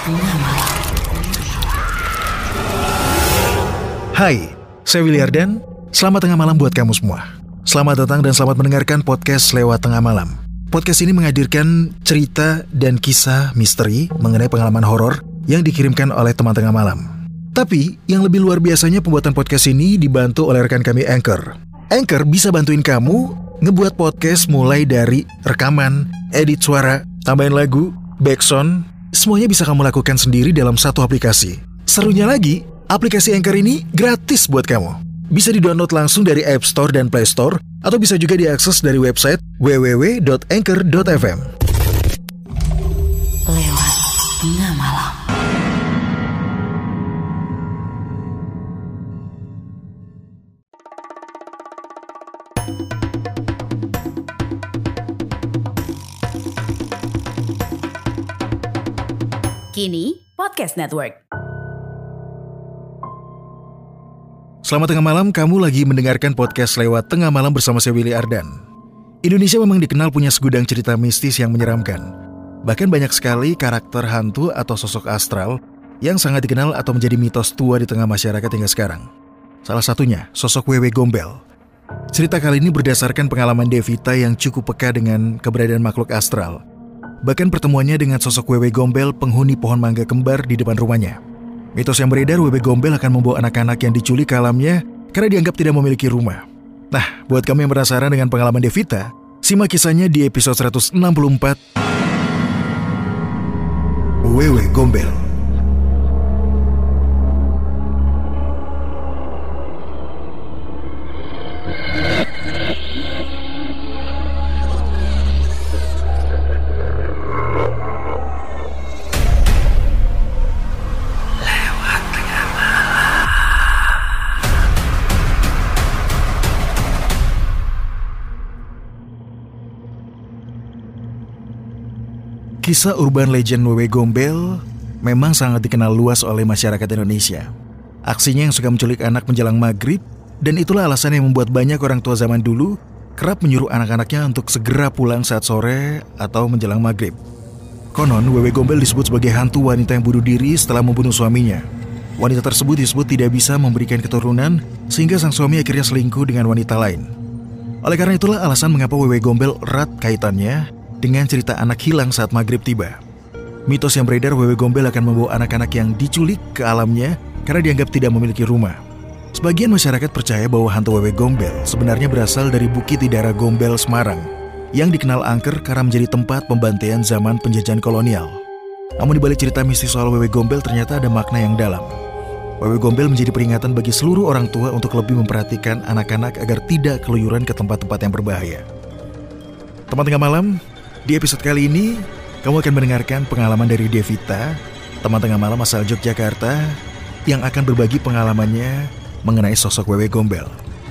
Tengah Malam. Hai, saya Willy Ardan. Selamat tengah malam buat kamu semua. Selamat datang dan selamat mendengarkan podcast Lewat Tengah Malam. Podcast ini menghadirkan cerita dan kisah misteri mengenai pengalaman horor yang dikirimkan oleh teman tengah malam. Tapi, yang lebih luar biasanya pembuatan podcast ini dibantu oleh rekan kami Anchor. Anchor bisa bantuin kamu ngebuat podcast mulai dari rekaman, edit suara, tambahin lagu, backsound, semuanya bisa kamu lakukan sendiri dalam satu aplikasi. Serunya lagi, aplikasi Anchor ini gratis buat kamu. Bisa di-download langsung dari App Store dan Play Store, atau bisa juga diakses dari website www.anchor.fm. Lewat Tengah Malam. Kini Podcast Network. Selamat tengah malam, kamu lagi mendengarkan podcast Lewat Tengah Malam bersama saya Willy Ardan. Indonesia memang dikenal punya segudang cerita mistis yang menyeramkan. Bahkan banyak sekali karakter hantu atau sosok astral yang sangat dikenal atau menjadi mitos tua di tengah masyarakat hingga sekarang. Salah satunya, sosok Wewe Gombel. Cerita kali ini berdasarkan pengalaman Devita yang cukup peka dengan keberadaan makhluk astral. Bahkan pertemuannya dengan sosok Wewe Gombel, penghuni pohon mangga kembar di depan rumahnya. Mitos yang beredar, Wewe Gombel akan membawa anak-anak yang diculik ke alamnya karena dianggap tidak memiliki rumah. Nah, buat kamu yang penasaran dengan pengalaman Devita, simak kisahnya di episode 164 Wewe Gombel. Kisah urban legend Wewe Gombel memang sangat dikenal luas oleh masyarakat Indonesia. Aksinya yang suka menculik anak menjelang maghrib, dan itulah alasan yang membuat banyak orang tua zaman dulu kerap menyuruh anak-anaknya untuk segera pulang saat sore atau menjelang maghrib. Konon, Wewe Gombel disebut sebagai hantu wanita yang bunuh diri setelah membunuh suaminya. Wanita tersebut disebut tidak bisa memberikan keturunan, sehingga sang suami akhirnya selingkuh dengan wanita lain. Oleh karena itulah alasan mengapa Wewe Gombel erat kaitannya dengan cerita anak hilang saat maghrib tiba. Mitos yang beredar, Wewe Gombel akan membawa anak-anak yang diculik ke alamnya karena dianggap tidak memiliki rumah. Sebagian masyarakat percaya bahwa hantu Wewe Gombel sebenarnya berasal dari Bukit Idara Gombel, Semarang, yang dikenal angker karena menjadi tempat pembantaian zaman penjajahan kolonial. Namun di balik cerita mistis soal Wewe Gombel ternyata ada makna yang dalam. Wewe Gombel menjadi peringatan bagi seluruh orang tua untuk lebih memperhatikan anak-anak agar tidak keluyuran ke tempat-tempat yang berbahaya. Teman tengah malam, di episode kali ini, kamu akan mendengarkan pengalaman dari Devita, teman tengah malam asal Yogyakarta, yang akan berbagi pengalamannya mengenai sosok Wewe Gombel.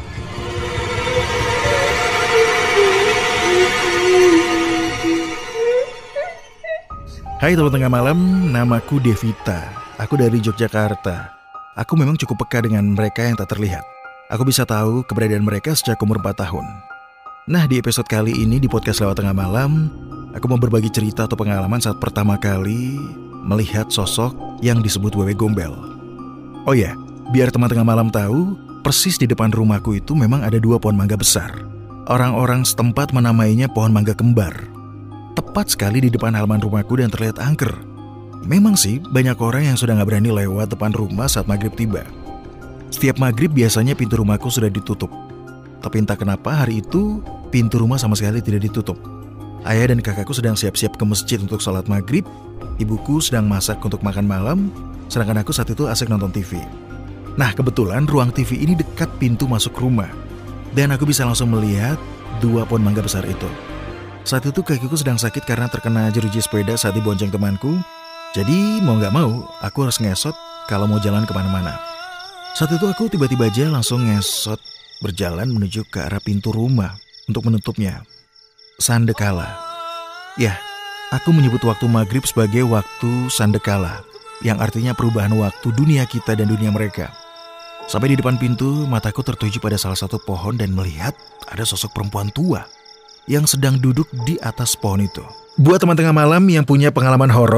Hai teman tengah malam, namaku Devita. Aku dari Yogyakarta. Aku memang cukup peka dengan mereka yang tak terlihat. Aku bisa tahu keberadaan mereka sejak umur 4 tahun. Nah, di episode kali ini di podcast Lewat Tengah Malam, aku mau berbagi cerita atau pengalaman saat pertama kali melihat sosok yang disebut Wewe Gombel. Oh ya, biar teman tengah malam tahu, persis di depan rumahku itu memang ada 2 pohon mangga besar. Orang-orang setempat menamainya pohon mangga kembar. Tepat sekali di depan halaman rumahku dan terlihat angker. Memang sih, banyak orang yang sudah gak berani lewat depan rumah saat maghrib tiba. Setiap maghrib biasanya pintu rumahku sudah ditutup. Tapi entah kenapa hari itu pintu rumah sama sekali tidak ditutup. Ayah dan kakakku sedang siap-siap ke masjid untuk sholat maghrib. Ibuku sedang masak untuk makan malam, sedangkan aku saat itu asik nonton TV. Nah, kebetulan ruang TV ini dekat pintu masuk rumah, dan aku bisa langsung melihat 2 pohon mangga besar itu. Saat itu kakiku sedang sakit karena terkena jeruji sepeda saat dibonceng temanku. Jadi mau gak mau, aku harus ngesot kalau mau jalan kemana-mana. Saat itu aku tiba-tiba aja langsung ngesot berjalan menuju ke arah pintu rumah untuk menutupnya. Sandekala. Ya, aku menyebut waktu maghrib sebagai waktu sandekala, yang artinya perubahan waktu dunia kita dan dunia mereka. Sampai di depan pintu, mataku tertuju pada salah satu pohon dan melihat ada sosok perempuan tua yang sedang duduk di atas pohon itu. Buat teman tengah malam yang punya pengalaman horor,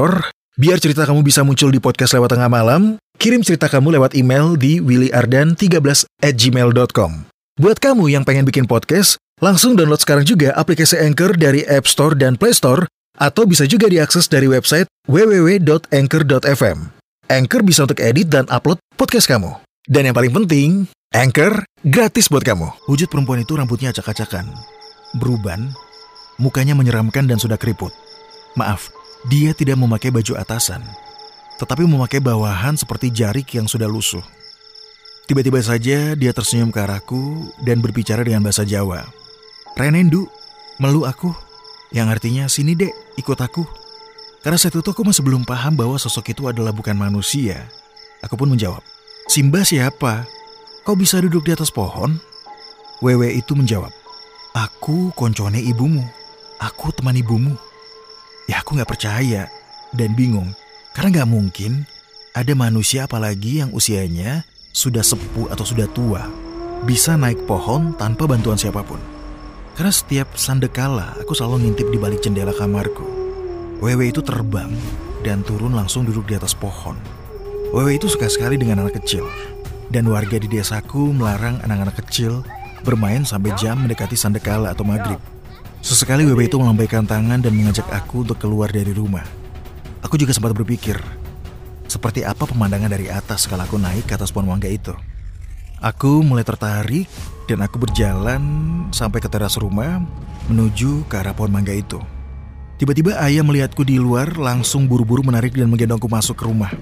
Biar cerita kamu bisa muncul di podcast lewat tengah malam, kirim cerita kamu lewat email di willyardan13@gmail.com. Buat kamu yang pengen bikin podcast, langsung download sekarang juga aplikasi Anchor dari App Store dan Play Store, atau bisa juga diakses dari website www.anchor.fm. Anchor bisa untuk edit dan upload podcast kamu. Dan yang paling penting, Anchor gratis buat kamu. Wujud perempuan itu rambutnya acak-acakan, beruban, mukanya menyeramkan dan sudah keriput. Maaf, dia tidak memakai baju atasan, tetapi memakai bawahan seperti jarik yang sudah lusuh. Tiba-tiba saja dia tersenyum ke arahku dan berbicara dengan bahasa Jawa. "Renendu," meluk aku, yang artinya, "Sini dek, ikut aku." Karena saat itu aku masih belum paham bahwa sosok itu adalah bukan manusia. Aku pun menjawab, "Simba siapa? Kau bisa duduk di atas pohon?" Wewe itu menjawab, "Aku koncone ibumu. Aku teman ibumu." Ya aku gak percaya dan bingung, karena gak mungkin ada manusia apalagi yang usianya sudah sepuh atau sudah tua bisa naik pohon tanpa bantuan siapapun. Karena setiap sandekala aku selalu ngintip di balik jendela kamarku. Wewe itu terbang dan turun langsung duduk di atas pohon. Wewe itu suka sekali dengan anak kecil, dan warga di desaku melarang anak-anak kecil bermain sampai jam mendekati sandekala atau maghrib. Sesekali Wewe itu melambaikan tangan dan mengajak aku untuk keluar dari rumah. Aku juga sempat berpikir, seperti apa pemandangan dari atas kalau aku naik ke atas pohon mangga itu. Aku mulai tertarik dan aku berjalan sampai ke teras rumah menuju ke arah pohon mangga itu. Tiba-tiba ayah melihatku di luar, langsung buru-buru menarik dan menggendongku masuk ke rumah.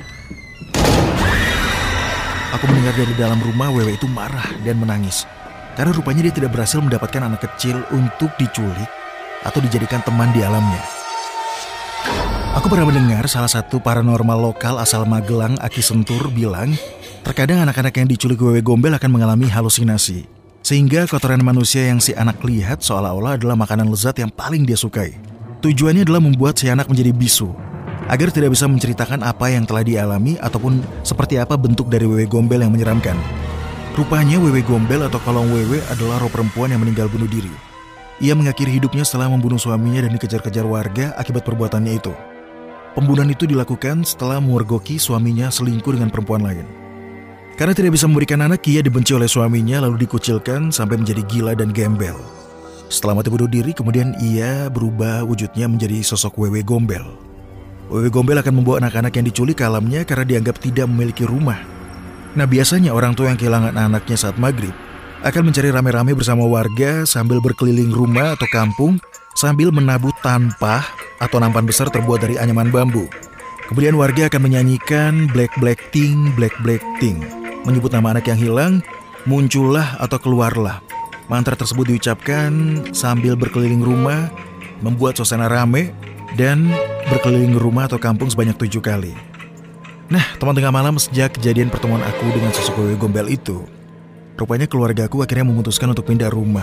Aku mendengar dari dalam rumah Wewe itu marah dan menangis. Karena rupanya dia tidak berhasil mendapatkan anak kecil untuk diculik atau dijadikan teman di alamnya. Aku pernah mendengar salah satu paranormal lokal asal Magelang, Aki Sentur, bilang terkadang anak-anak yang diculik Wewe Gombel akan mengalami halusinasi. Sehingga kotoran manusia yang si anak lihat seolah-olah adalah makanan lezat yang paling dia sukai. Tujuannya adalah membuat si anak menjadi bisu, agar tidak bisa menceritakan apa yang telah dialami ataupun seperti apa bentuk dari Wewe Gombel yang menyeramkan. Rupanya Wewe Gombel atau Kolong Wewe adalah roh perempuan yang meninggal bunuh diri. Ia mengakhiri hidupnya setelah membunuh suaminya dan dikejar-kejar warga akibat perbuatannya itu. Pembunuhan itu dilakukan setelah memergoki suaminya selingkuh dengan perempuan lain. Karena tidak bisa memberikan anak, ia dibenci oleh suaminya lalu dikucilkan sampai menjadi gila dan gembel. Setelah mati bunuh diri, kemudian ia berubah wujudnya menjadi sosok Wewe Gombel. Wewe Gombel akan membawa anak-anak yang diculik ke alamnya karena dianggap tidak memiliki rumah. Nah biasanya orang tua yang kehilangan anaknya saat maghrib akan mencari rame-rame bersama warga sambil berkeliling rumah atau kampung sambil menabuh tanpah atau nampan besar terbuat dari anyaman bambu. Kemudian warga akan menyanyikan black black ting, menyebut nama anak yang hilang, muncullah atau keluarlah. Mantra tersebut diucapkan sambil berkeliling rumah, membuat suasana rame dan berkeliling rumah atau kampung sebanyak 7 kali. Nah, teman tengah malam, sejak kejadian pertemuan aku dengan sosok Wewe Gombel itu, rupanya keluargaku akhirnya memutuskan untuk pindah rumah.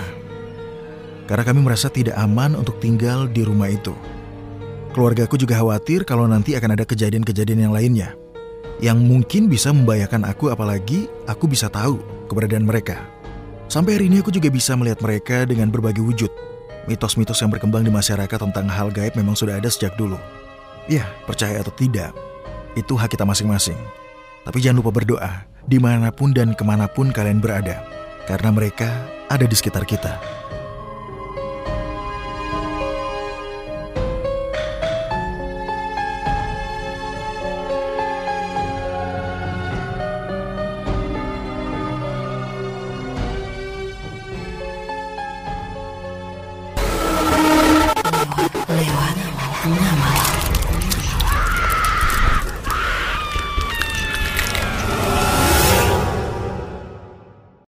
Karena kami merasa tidak aman untuk tinggal di rumah itu. Keluargaku juga khawatir kalau nanti akan ada kejadian-kejadian yang lainnya, yang mungkin bisa membahayakan aku, apalagi aku bisa tahu keberadaan mereka. Sampai hari ini aku juga bisa melihat mereka dengan berbagai wujud. Mitos-mitos yang berkembang di masyarakat tentang hal gaib memang sudah ada sejak dulu. Ya, percaya atau tidak, itu hak kita masing-masing. Tapi jangan lupa berdoa dimanapun dan kemanapun kalian berada, karena mereka ada di sekitar kita. Lewat tengah malam.